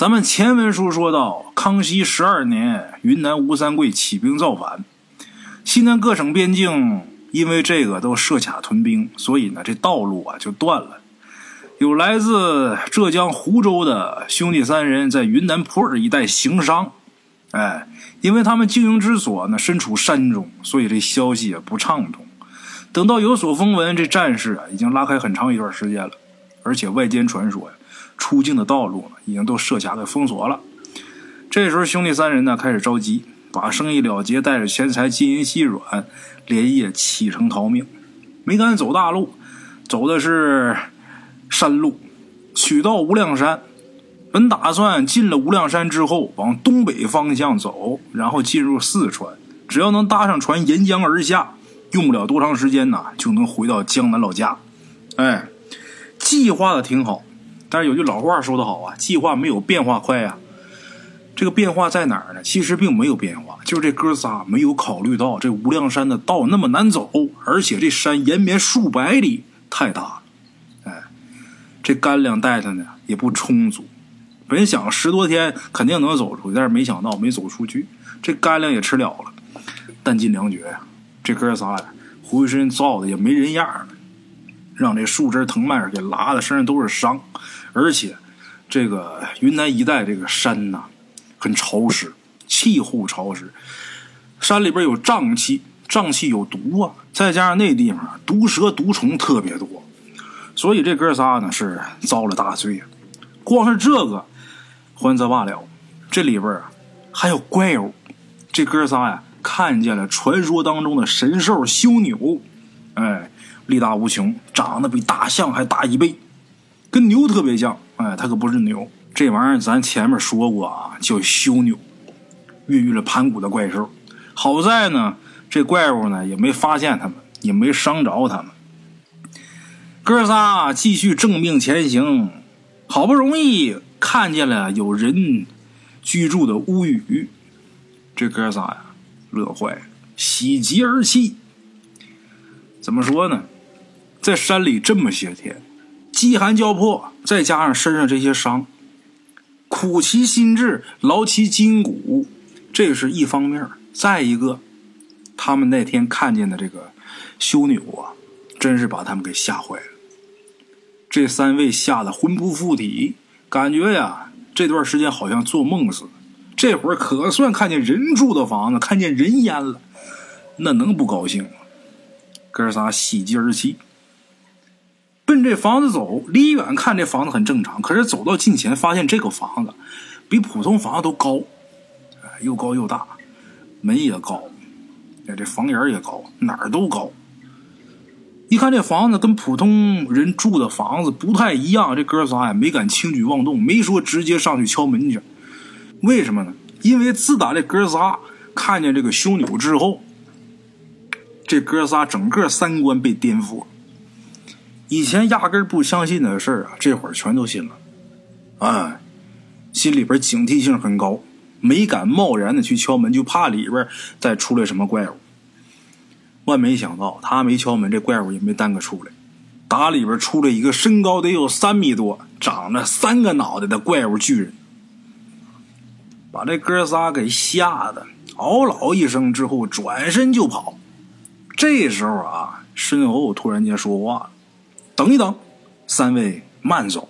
咱们前文书说到，康熙12年，云南吴三桂起兵造反，西南各省边境因为这个都设卡屯兵，所以呢这道路啊就断了。有来自浙江湖州的兄弟3人在云南普洱一带行商，因为他们经营之所呢身处山中，所以这消息也不畅通。等到有所风闻，这战事啊已经拉开很长一段时间了，而且外间传说呀，出境的道路呢已经都设卡给封锁了。这时候兄弟3人呢开始着急，把生意了结，带着钱财金银细软，连夜启程逃命。没敢走大路，走的是山路，取到无量山。本打算进了无量山之后往东北方向走，然后进入四川，只要能搭上船沿江而下，用不了多长时间呢就能回到江南老家。计划的挺好，但是有句老话说得好啊，计划没有变化快啊。这个变化在哪儿呢？其实并没有变化，就是这哥仨没有考虑到这无量山的道那么难走，而且这山延绵数百里，太大了。这干粮带的呢也不充足，本想10多天肯定能走出去，但是没想到没走出去，这干粮也吃了了。弹尽粮绝呀，这哥仨呀浑身燥的也没人样了，让这树枝藤蔓给拉的身上都是伤。而且这个云南一带这个山呐很潮湿，气候潮湿，山里边有瘴气，瘴气有毒啊，再加上那地方毒蛇毒虫特别多，所以这哥仨呢是遭了大罪啊。光是这个还则罢了，这里边啊还有怪物。这哥仨呀看见了传说当中的神兽修牛，力大无穷，长得比大象还大1倍，跟牛特别像。它可不是牛，这玩意儿咱前面说过啊，叫修牛，孕育了盘古的怪兽。好在呢这怪物呢也没发现他们，也没伤着他们。哥仨继续正命前行，好不容易看见了有人居住的屋宇，这哥仨呀乐坏了，喜极而泣。怎么说呢，在山里这么些天，饥寒交迫，再加上身上这些伤，苦其心志，劳其筋骨，这是一方面。再一个，他们那天看见的这个修牛啊，真是把他们给吓坏了。这3位吓得魂不附体，感觉呀这段时间好像做梦似的。这会儿可算看见人住的房子，看见人烟了，那能不高兴吗？哥仨喜极而泣，奔这房子走。离远看这房子很正常，可是走到近前发现这个房子比普通房子都高，又高又大，门也高，这房檐也高，哪儿都高。一看这房子跟普通人住的房子不太一样，这哥仨也没敢轻举妄动，没说直接上去敲门去。为什么呢？因为自打这哥仨看见这个修牛之后，这哥仨整个3观被颠覆了。以前压根不相信的事啊，这会儿全都信了。心里边警惕性很高，没敢贸然的去敲门，就怕里边再出来什么怪物。万没想到他没敲门，这怪物也没单个出来，打里边出来一个身高得有3米多，长着3个脑袋的怪物巨人，把这哥仨给吓得嗷嗷一声之后转身就跑。这时候啊，身后突然间说话了：“等一等，3位慢走。”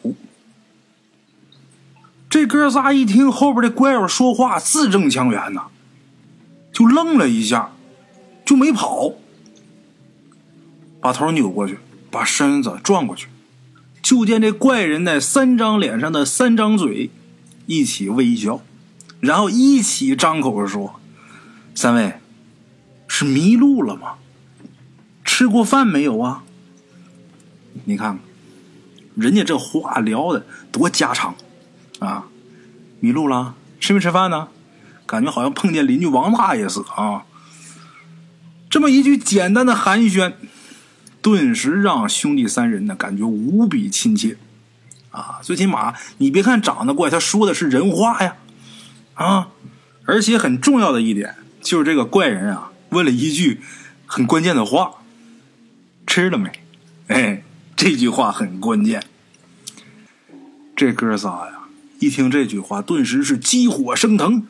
这哥仨一听后边这怪物说话字正腔圆呐，就愣了一下，就没跑，把头扭过去，把身子转过去，就见这怪人在3张脸上的3张嘴一起微笑，然后一起张口说：“3位是迷路了吗？吃过饭没有啊？”你看人家这话聊的多家常啊！迷路了，吃没吃饭呢？感觉好像碰见邻居王大爷似的啊！这么一句简单的寒暄，顿时让兄弟3人呢感觉无比亲切啊！最起码你别看长得怪，他说的是人话呀啊！而且很重要的一点就是这个怪人啊问了一句很关键的话：吃了没？这句话很关键。这哥仨呀一听这句话，顿时是激火升腾。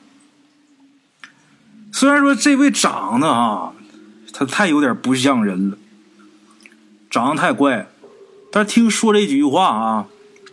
虽然说这位长得啊，他太有点不像人了，长得太怪了，但是听说这句话啊，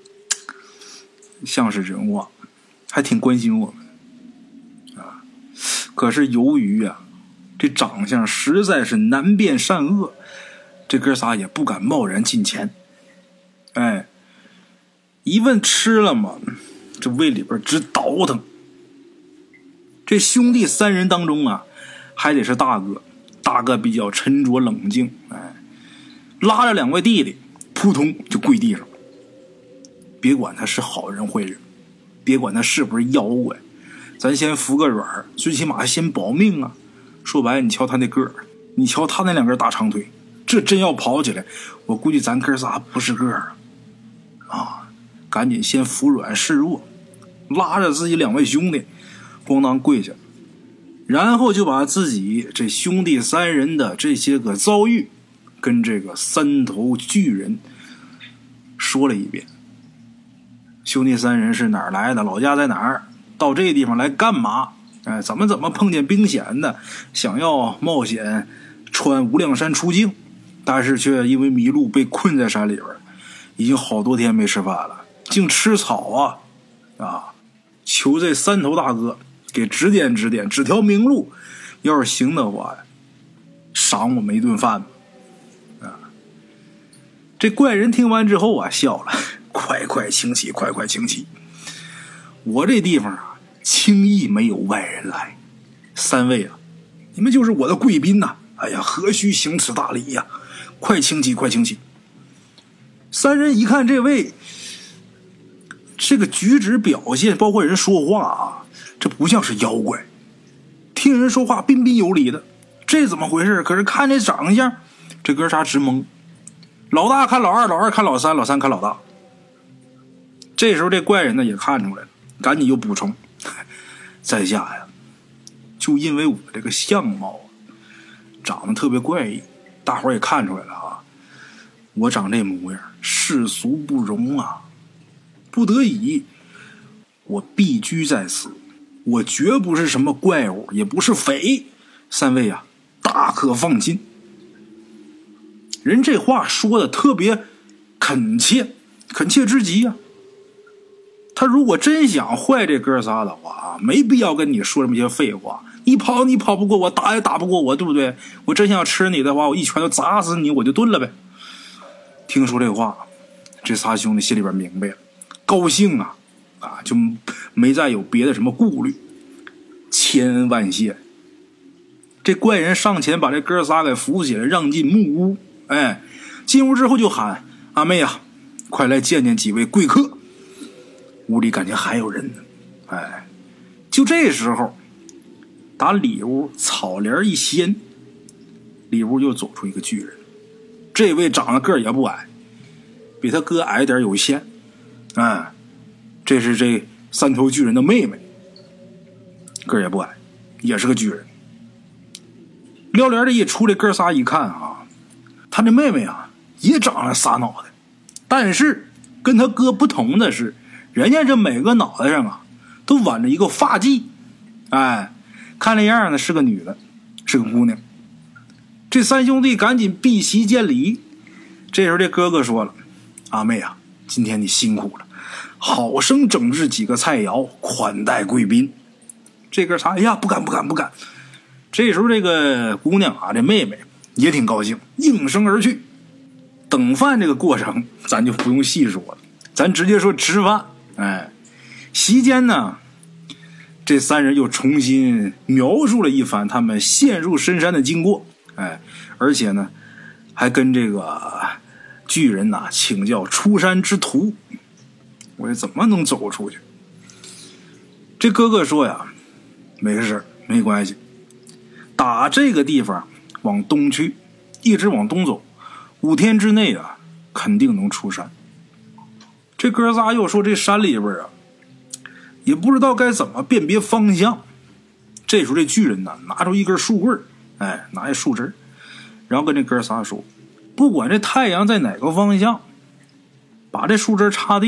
像是人话，还挺关心我们啊。可是由于啊，这长相实在是难辨善恶，这哥仨也不敢贸然进前。哎，一问吃了吗？这胃里边直倒腾。这兄弟三人当中啊，还得是大哥，大哥比较沉着冷静，哎，拉着两位弟弟，扑通就跪地上了。别管他是好人坏人，别管他是不是妖怪，咱先服个软，最起码先保命啊。说白了，你瞧他那个儿，你瞧他那两根大长腿，这真要跑起来，我估计咱哥仨不是个儿啊！赶紧先服软示弱，拉着自己两位兄弟咣当跪下，然后就把自己这兄弟三人的这些个遭遇跟这个三头巨人说了一遍。兄弟三人是哪儿来的，老家在哪儿，到这个地方来干嘛，哎，怎么碰见兵险的，想要冒险穿无量山出境，但是却因为迷路被困在山里边，已经好多天没吃饭了，净吃草啊！求这三头大哥给指点指点，指条明路，要是行的话，赏我们一顿饭啊！这怪人听完之后啊，笑了，快快请起，快快请起！我这地方啊，轻易没有外人来。三位啊，你们就是我的贵宾呐！哎呀，何须行此大礼呀？快请起，快请起！三人一看这位，这个举止表现，包括人说话啊，这不像是妖怪，听人说话彬彬有礼的，这怎么回事？可是看这长相，这哥仨直懵。老大看老二，老二看老三，老三看老大。这时候这怪人呢也看出来了，赶紧又补充，在下呀，就因为我这个相貌长得特别怪异，大伙儿也看出来了啊，我长这模样世俗不容啊，不得已我避居在此，我绝不是什么怪物，也不是匪，三位啊大可放心。人这话说的特别恳切，恳切之极啊。他如果真想坏这哥仨的话啊，没必要跟你说这么些废话。你跑不过我，打也打不过我，对不对？我真想吃你的话，我一拳头砸死你，我就炖了呗。听说这话，这仨兄弟心里边明白了，高兴啊，就没再有别的什么顾虑。千恩万谢。这怪人上前把这哥仨给扶起来，让进木屋。哎，进屋之后就喊：“阿妹啊，快来见见几位贵客。”屋里感觉还有人呢。哎，就这时候，打里屋草帘一掀，里屋又走出一个巨人。这位长得个儿也不矮，比他哥矮点有限。哎，这是这三头巨人的妹妹，个儿也不矮，也是个巨人。撩帘的一出，这哥仨一看啊，他这妹妹啊也长了仨脑袋，但是跟他哥不同的是，人家这每个脑袋上啊都挽着一个发髻。哎，看那样呢是个女的，是个姑娘。这三兄弟赶紧避席见礼。这时候这哥哥说了：“阿妹啊，今天你辛苦了，好生整治几个菜肴，款待贵宾。”这哥仨哎呀不敢。这时候这个姑娘啊，这妹妹也挺高兴，应声而去。等饭这个过程咱就不用细说了，咱直接说吃饭。哎，席间呢，这三人又重新描述了一番他们陷入深山的经过。哎，而且呢还跟这个巨人呐请教出山之途，我怎么能走出去。这哥哥说呀，没事没关系，打这个地方往东去，一直往东走，5天之内啊肯定能出山。这哥仨又说这山里边啊也不知道该怎么辨别方向。这时候这巨人呢拿出一根树棍，哎，拿一树枝，然后跟这哥仨说，不管这太阳在哪个方向，把这树枝插地上，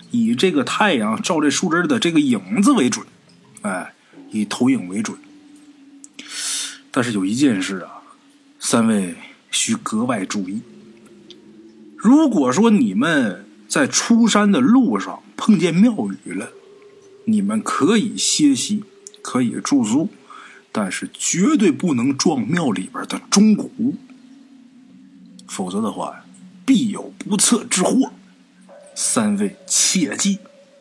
以这个太阳照这树枝的这个影子为准，以投影为准。但是有一件事啊，三位需格外注意。如果说你们在出山的路上碰见庙宇了，你们可以歇息，可以住宿，但是绝对不能撞庙里边的钟鼓，否则的话必有不测之祸。三位切记。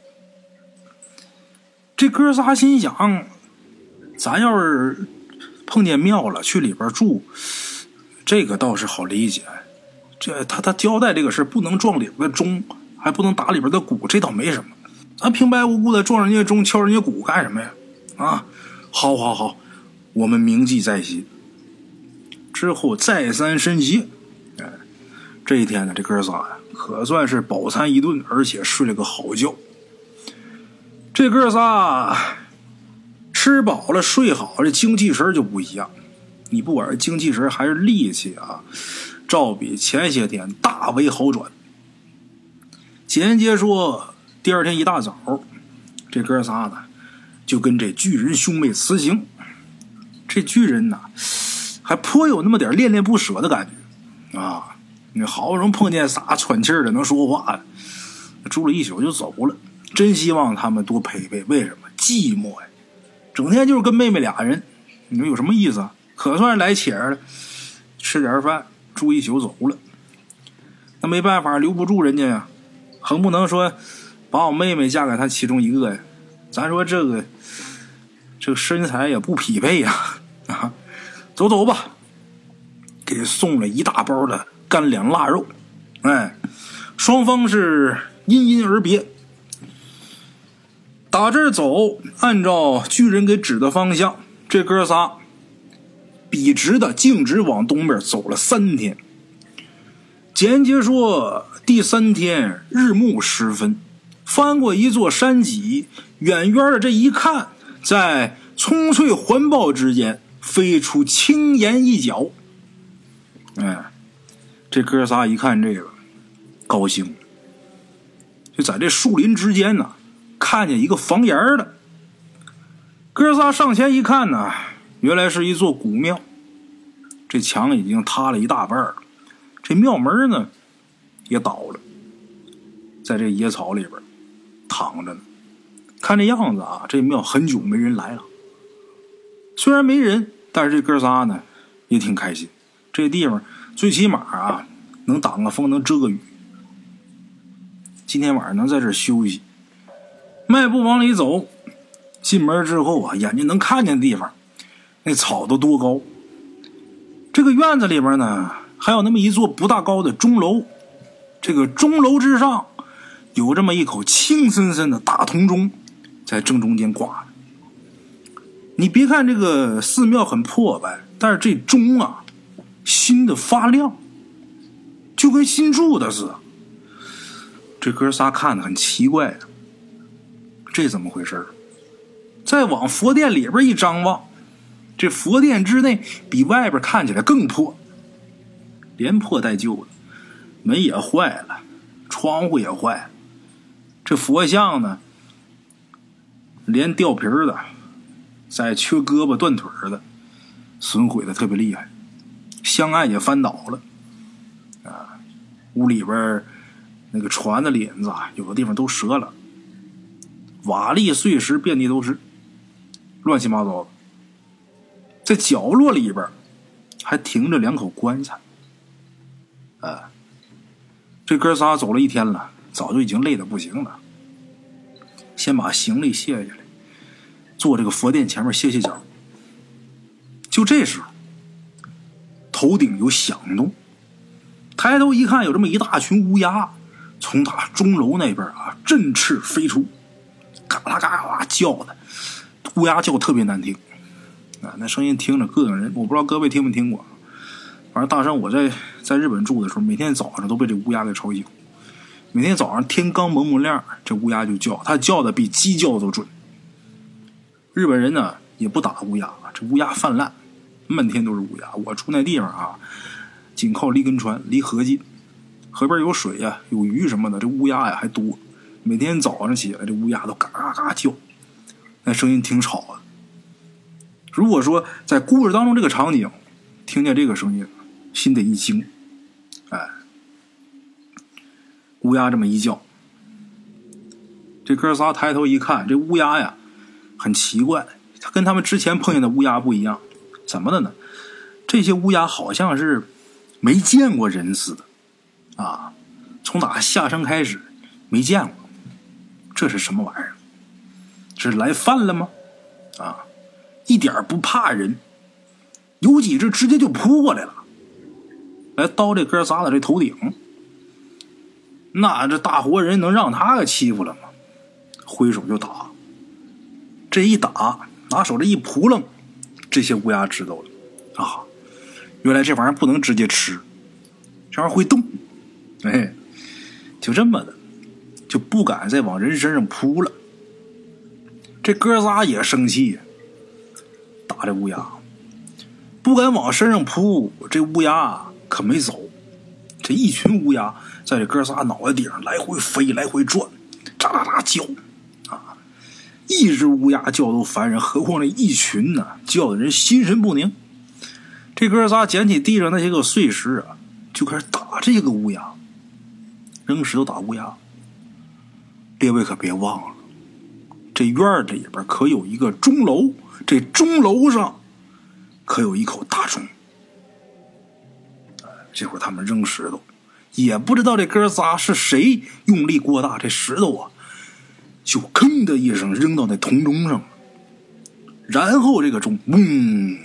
这哥仨心想，咱要是碰见庙了去里边住，这个倒是好理解，这他交代这个事不能撞里边的钟，还不能打里边的鼓，这倒没什么。咱平白无故的撞人家钟敲人家鼓干什么呀？好，我们铭记在心。之后再三深息，这一天呢，这哥仨呀可算是饱餐一顿，而且睡了个好觉。这哥仨吃饱了睡好了，精气神就不一样。你不管是精气神还是力气啊，照比前些天大为好转。简接说，第二天一大早，这哥仨呢就跟这巨人兄妹辞行。这巨人呢还颇有那么点恋恋不舍的感觉啊！你好不容易碰见仨喘气的能说话的，住了一宿就走了。真希望他们多陪陪，为什么？寂寞呀，整天就是跟妹妹俩人，你说有什么意思啊？可算是来且了，吃点饭，住一宿走了。那没办法，留不住人家呀，横不能说把我妹妹嫁给他其中一个呀。咱说这个身材也不匹配呀，走吧，给送了一大包的干粮腊肉。双方是因而别。打这儿走，按照巨人给指的方向，这哥仨笔直的径直往东边走了3天。简洁说，第3天日暮时分，翻过一座山脊，远远的这一看，在葱翠环抱之间飞出青岩一角。这哥仨一看这个高兴，就在这树林之间呢看见一个房檐的。哥仨上前一看呢，原来是一座古庙，这墙已经塌了一大半了，这庙门呢也倒了，在这野草里边躺着呢。看这样子啊，这庙很久没人来了。虽然没人，但是这哥仨呢也挺开心，这地方最起码啊能挡个风，能遮个雨，今天晚上能在这儿休息。迈步往里走，进门之后啊，眼睛能看见的地方，那草都多高。这个院子里边呢还有那么一座不大高的钟楼，这个钟楼之上有这么一口青森森的大铜钟在正中间挂着。你别看这个寺庙很破败，但是这钟啊新的发亮，就跟新铸的似的。这哥仨看得很奇怪的，这怎么回事？再往佛殿里边一张望，这佛殿之内比外边看起来更破，连破带旧的，门也坏了，窗户也坏了，这佛像呢连掉皮的，再缺胳膊断腿的，损毁的特别厉害，香案也翻倒了啊！屋里边那个船的帘子啊，有的地方都折了，瓦砾碎石遍地都是，乱七八糟的。在角落里边还停着2口棺材。这哥仨走了1天了，早就已经累得不行了，先把行李卸下来，坐这个佛殿前面歇歇脚。就这时候头顶有响动，抬头一看，有这么一大群乌鸦从他钟楼那边啊振翅飞出，嘎啦嘎啦叫的，乌鸦叫特别难听啊，那声音听着膈应人。我不知道各位听没听过，反正大圣我在日本住的时候，每天早上都被这乌鸦给吵醒。每天早上天刚蒙蒙亮，这乌鸦就叫，它叫的比鸡叫都准。日本人呢也不打乌鸦，这乌鸦泛滥，满天都是乌鸦。我住那地方啊，紧靠离根川，离河近，河边有水呀，有鱼什么的，这乌鸦呀还多。 每天早上起来这乌鸦都嘎嘎嘎叫，那声音挺吵的。如果说在故事当中这个场景听见这个声音，心得一惊。乌鸦这么一叫，这哥仨抬头一看，这乌鸦呀很奇怪，它跟他们之前碰见的乌鸦不一样。怎么的呢？这些乌鸦好像是没见过人似的啊，从打下生开始没见过。这是什么玩意儿？这是来犯了吗？啊，一点不怕人，有几只直接就扑过来了，来叨这哥仨的这头顶。那这大活人能让他给欺负了吗？挥手就打。这一打，拿手这一扑棱，这些乌鸦知道了啊，原来这玩意儿不能直接吃，这玩意儿会动。就这么的，就不敢再往人身上扑了。这哥仨也生气，打这乌鸦，不敢往身上扑。这乌鸦可没走，这一群乌鸦在这哥仨脑袋顶上来回飞，来回转，喳喳喳叫啊！一只乌鸦叫都烦人，何况这一群呢，叫的人心神不宁。这哥仨捡起地上那些个碎石啊，就开始打这个乌鸦，扔石头打乌鸦。列位可别忘了，这院里边可有一个钟楼，这钟楼上可有一口大钟。这会儿他们扔石头，也不知道这哥仨是谁用力过大，这石头啊就吭的一声扔到那铜钟上了。然后这个钟嗡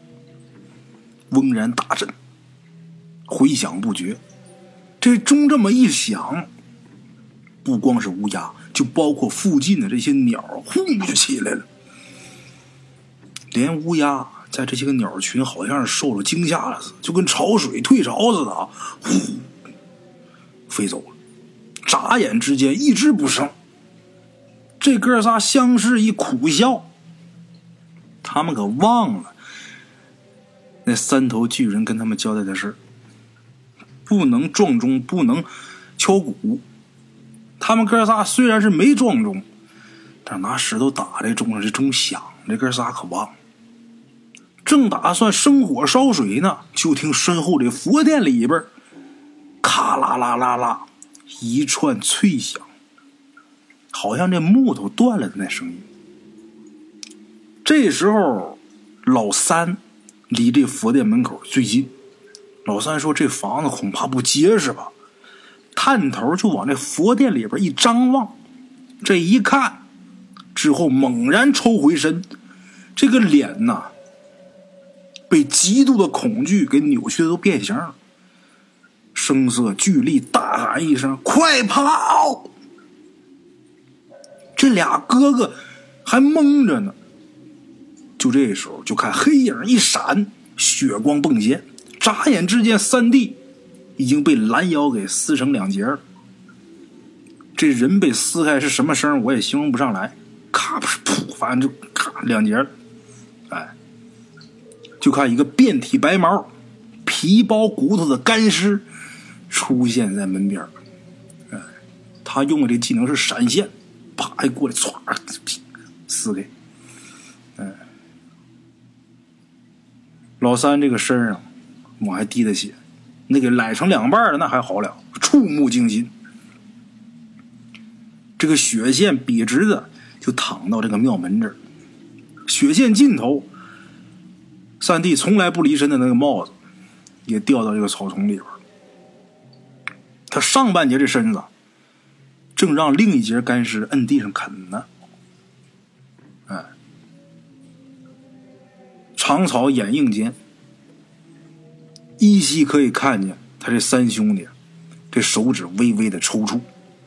然大震，回响不绝。这钟这么一响，不光是乌鸦，就包括附近的这些鸟呼就起来了。连乌鸦在这些个鸟群好像是受了惊吓了似的，就跟潮水退潮似的啊，呼飞走了。眨眼之间一只不剩。这哥仨相视一苦笑，他们可忘了那三头巨人跟他们交代的事，不能撞钟，不能敲鼓。他们哥仨虽然是没撞钟，但拿石头打这钟上，这钟响，这哥仨可忘了。正打算生火烧水呢，就听身后这佛殿里边咔啦啦啦啦一串脆响，好像这木头断了的那声音。这时候老三离这佛殿门口最近，老三说这房子恐怕不结实吧，探头就往这佛殿里边一张望，这一看之后猛然抽回身，这个脸呐被极度的恐惧给扭曲的都变形了，声色俱厉大喊一声快跑！这俩哥哥还懵着呢，就这时候就看黑影一闪，血光迸现，眨眼之间三弟已经被拦腰给撕成两截了。这人被撕开是什么声我也形容不上来，咔不是噗，反正就咔两截了。就看一个遍体白毛皮包骨头的干尸出现在门边。他用的这技能是闪现，啪一过来唰撕开。老三这个身上往还滴的血，那个揽成两半的那还好了，触目惊心。这个血线笔直的就淌到这个庙门这儿，血线尽头三弟从来不离身的那个帽子也掉到这个草丛里边。他上半截这身子正让另一截干尸摁地上啃呢。长草掩映间依稀可以看见他这三兄弟这手指微微的抽搐。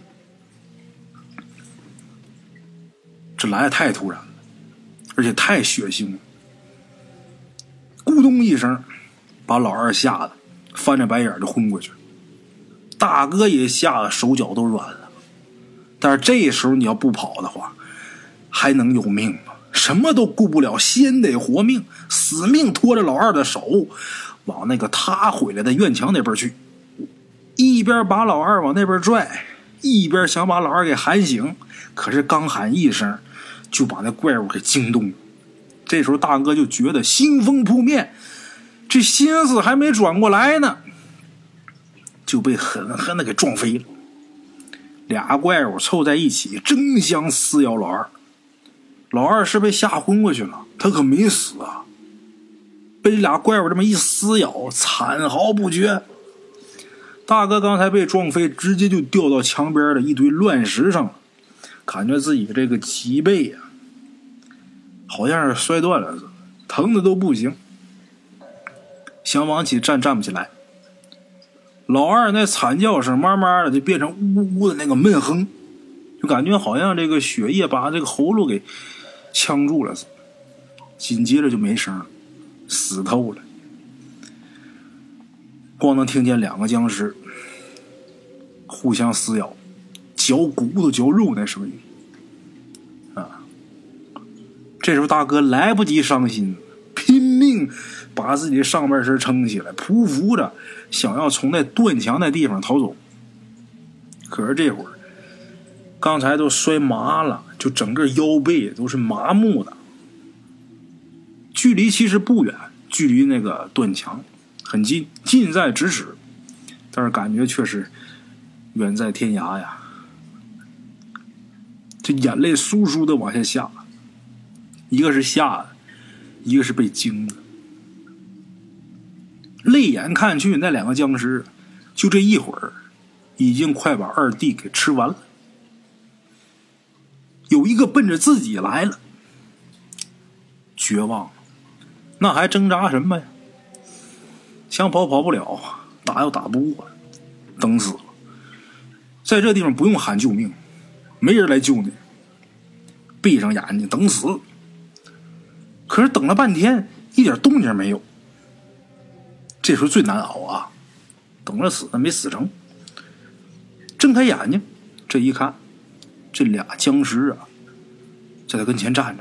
这来得太突然了，而且太血腥了。咕咚一声把老二吓得翻着白眼就昏过去，大哥也吓得手脚都软了。但是这时候你要不跑的话还能有命吗？什么都顾不了，先得活命，死命拖着老二的手往那个塌毁了的院墙那边去，一边把老二往那边拽， 一边想把老二给喊醒，可是刚喊一声就把那怪物给惊动了。这时候大哥就觉得腥风扑面，这心思还没转过来呢，就被狠狠的给撞飞了。俩怪物凑在一起争相撕咬老二。老二是被吓昏过去了，他可没死啊，被这俩怪物这么一撕咬，惨嚎不绝。大哥刚才被撞飞，直接就掉到墙边的一堆乱石上了，感觉自己这个脊背啊好像是摔断了似的，疼的都不行，想往起站不起来。老二那惨叫声慢慢的就变成呜呜的那个闷哼，就感觉好像这个血液把这个喉咙给呛住了似的，紧接着就没声了，死透了。光能听见两个僵尸互相撕咬，嚼骨头嚼肉那声音啊！这时候大哥来不及伤心，拼命把自己的上半身撑起来，匍匐着想要从那断墙那地方逃走。可是这会儿刚才都摔麻了，就整个腰背都是麻木的。距离其实不远，距离那个断墙很近，近在咫尺，但是感觉却是远在天涯呀。这眼泪簌簌的往下下，一个是吓的，一个是被惊的。泪眼看去，那两个僵尸就这一会儿已经快把二弟给吃完了。有一个奔着自己来了，绝望了，那还挣扎什么呀？想跑跑不了，打又打不过，等死了。在这地方不用喊救命，没人来救你，闭上眼睛等死。可是等了半天一点动静没有，这时候最难熬啊，等着死没死成。睁开眼睛，这一看，这俩僵尸啊在他跟前站着，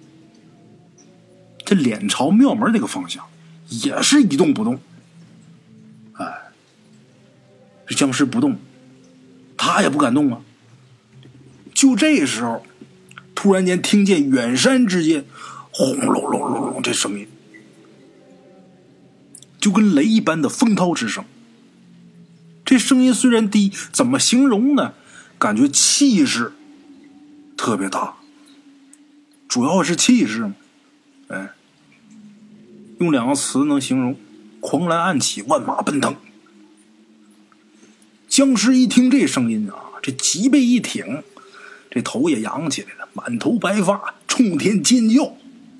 这脸朝庙门那个方向，也是一动不动。哎，这僵尸不动，他也不敢动啊。就这时候突然间听见远山之间轰隆隆隆隆这声音，就跟雷一般的风涛之声。这声音虽然低，怎么形容呢？感觉气势特别大，主要是气势嘛。哎，用两个词能形容：狂澜暗起，万马奔腾。僵尸一听这声音啊，这脊背一挺，这头也扬起来了，满头白发，冲天尖叫。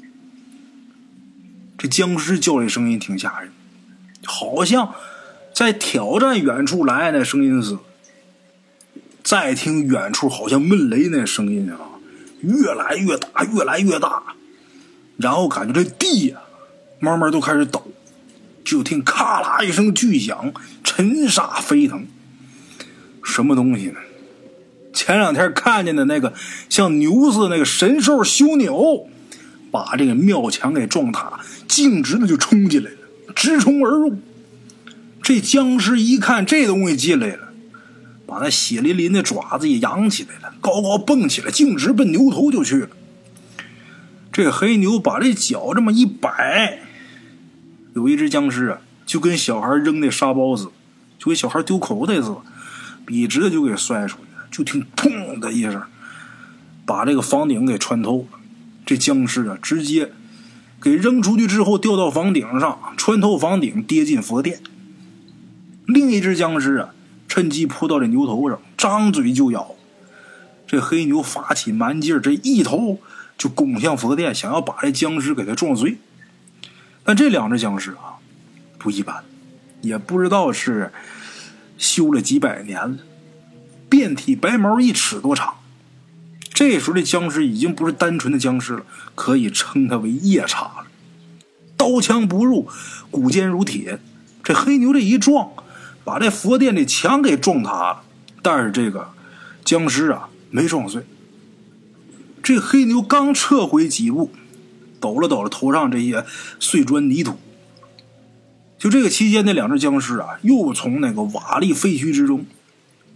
这僵尸叫这声音挺吓人，好像在挑战远处来那声音似的。再听远处好像闷雷那声音啊，越来越大，越来越大，然后感觉这地啊慢慢都开始抖，就听咔啦一声巨响，尘沙飞腾。什么东西呢？前两天看见的那个像牛似的那个神兽修扭，把这个庙墙给撞塌，径直的就冲进来了，直冲而入。这僵尸一看这东西进来了，把那血淋淋的爪子也扬起来了，高高蹦起来，径直奔牛头就去了。这黑牛把这脚这么一摆，有一只僵尸啊，就跟小孩扔那沙包子，就给小孩丢口袋似的，笔直的就给摔出去了，就听砰的一声，把这个房顶给穿透了。这僵尸啊，直接给扔出去之后掉到房顶上，穿透房顶跌进佛殿。另一只僵尸啊，趁机扑到这牛头上，张嘴就咬。这黑牛发起蛮劲儿，这一头就拱向佛殿，想要把这僵尸给他撞碎。但这两只僵尸啊不一般，也不知道是修了几百年了，遍体白毛1尺多长。这时候这僵尸已经不是单纯的僵尸了，可以称它为夜叉了。刀枪不入，骨坚如铁。这黑牛这一撞，把这佛殿这墙给撞塌了，但是这个僵尸啊没撞碎。这黑牛刚撤回几步，抖了抖了头上这些碎砖泥土。就这个期间，那两只僵尸啊又从那个瓦砾废墟之中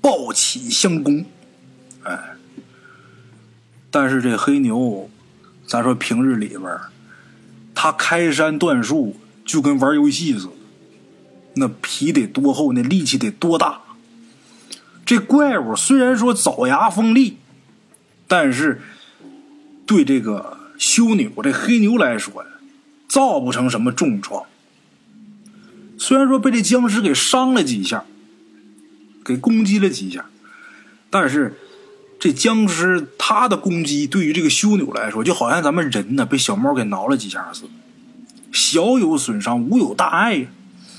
抱起相攻。哎，但是这黑牛，咱说平日里边，他开山断树就跟玩游戏似的，那皮得多厚，那力气得多大。这怪物虽然说爪牙锋利，但是对这个修牛这黑牛来说造不成什么重创。虽然说被这僵尸给伤了几下，给攻击了几下，但是这僵尸他的攻击对于这个修牛来说，就好像咱们人呢被小猫给挠了几下似的，小有损伤，无有大碍呀。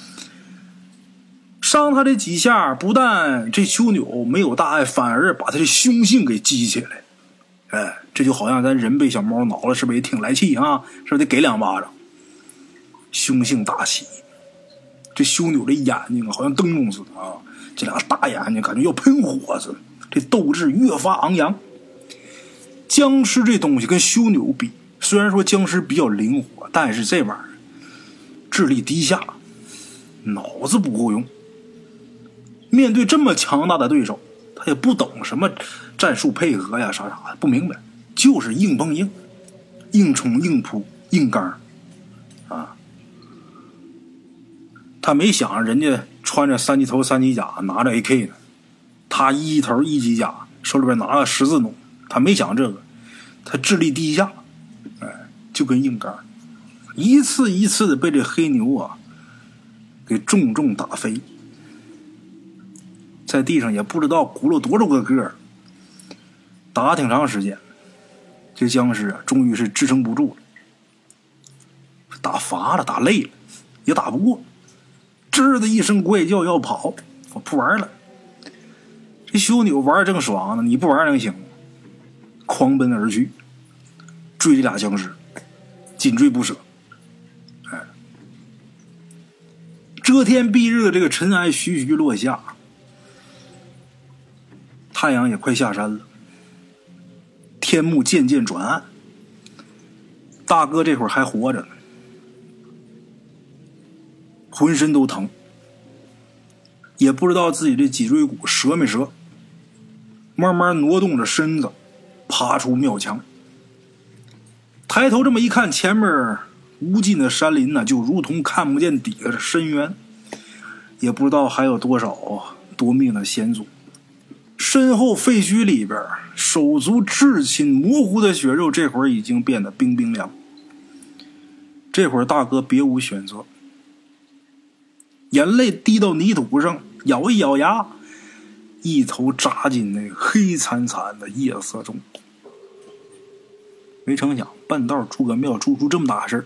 伤他这几下，不但这修牛没有大碍，反而把他的凶性给激起来。哎，这就好像咱人被小猫挠了，是不是也挺来气啊？是不是得给2巴掌？凶性大起，这修牛的眼睛好像灯笼似的啊，这俩大眼睛感觉要喷火似的，这斗志越发昂扬。僵尸这东西跟修牛比，虽然说僵尸比较灵活，但是这玩意儿智力低下，脑子不够用。面对这么强大的对手，他也不懂什么战术配合呀，啥的不明白，就是硬碰硬，硬冲硬扑硬刚啊！他没想人家穿着3级头3级甲，拿着 AK 呢，他1头1级甲，手里边拿个十字弩，他没想这个，他智力低下，哎，就跟硬刚，一次一次的被这黑牛啊给重重打飞。在地上也不知道轱辘多少个个，打挺长时间，这僵尸啊终于是支撑不住了，打乏了，打累了，也打不过，吱的一声怪叫要跑，我不玩了。这修牛玩正爽呢，你不玩能行吗？狂奔而去，追这俩僵尸，紧追不舍。哎，遮天蔽日的这个尘埃徐徐落下，太阳也快下山了，天幕渐渐转暗。大哥这会儿还活着呢，浑身都疼，也不知道自己这脊椎骨折没折，慢慢挪动着身子，爬出庙墙。抬头这么一看，前面无尽的山林呢，就如同看不见底下的深渊，也不知道还有多少夺命的先祖。身后废墟里边，手足至亲模糊的血肉，这会儿已经变得冰冰凉。这会儿大哥别无选择，眼泪滴到泥土上，咬一咬牙，一头扎进那个黑惨惨的夜色中。没成想半道出个庙，出这么大事儿。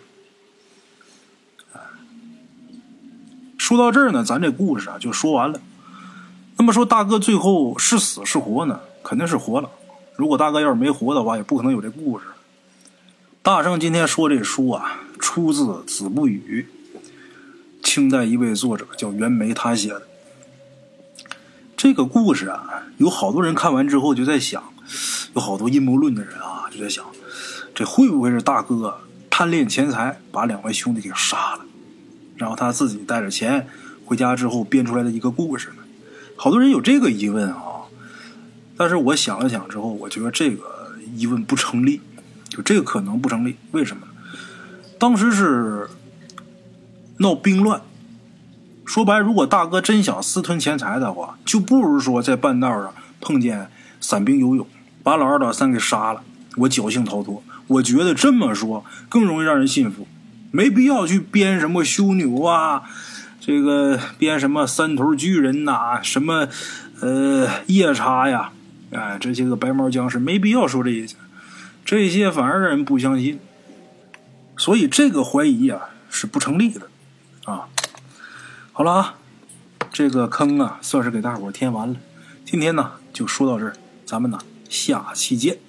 说到这儿呢，咱这故事啊就说完了。那么说大哥最后是死是活呢？肯定是活了。如果大哥要是没活的话，也不可能有这故事。大圣今天说这书啊，出自《子不语》，清代一位作者叫袁枚，他写的。这个故事啊，有好多人看完之后就在想，有好多阴谋论的人啊就在想，这会不会是大哥贪恋钱财，把2位兄弟给杀了，然后他自己带着钱回家之后编出来的一个故事呢？好多人有这个疑问啊，但是我想了想之后，我觉得这个疑问不成立，就这个可能不成立。为什么呢？当时是闹兵乱，说白，如果大哥真想私吞钱财的话，就不如说在半道上碰见散兵游勇，把老二老三给杀了，我侥幸逃脱。我觉得这么说更容易让人信服，没必要去编什么修牛啊，这个编什么3头巨人呐，什么夜叉呀，哎，这些个白毛僵尸，没必要说这些反而让人不相信。所以这个怀疑啊是不成立的啊。好了啊，这个坑啊算是给大伙填完了。今天呢就说到这儿，咱们呢下期见。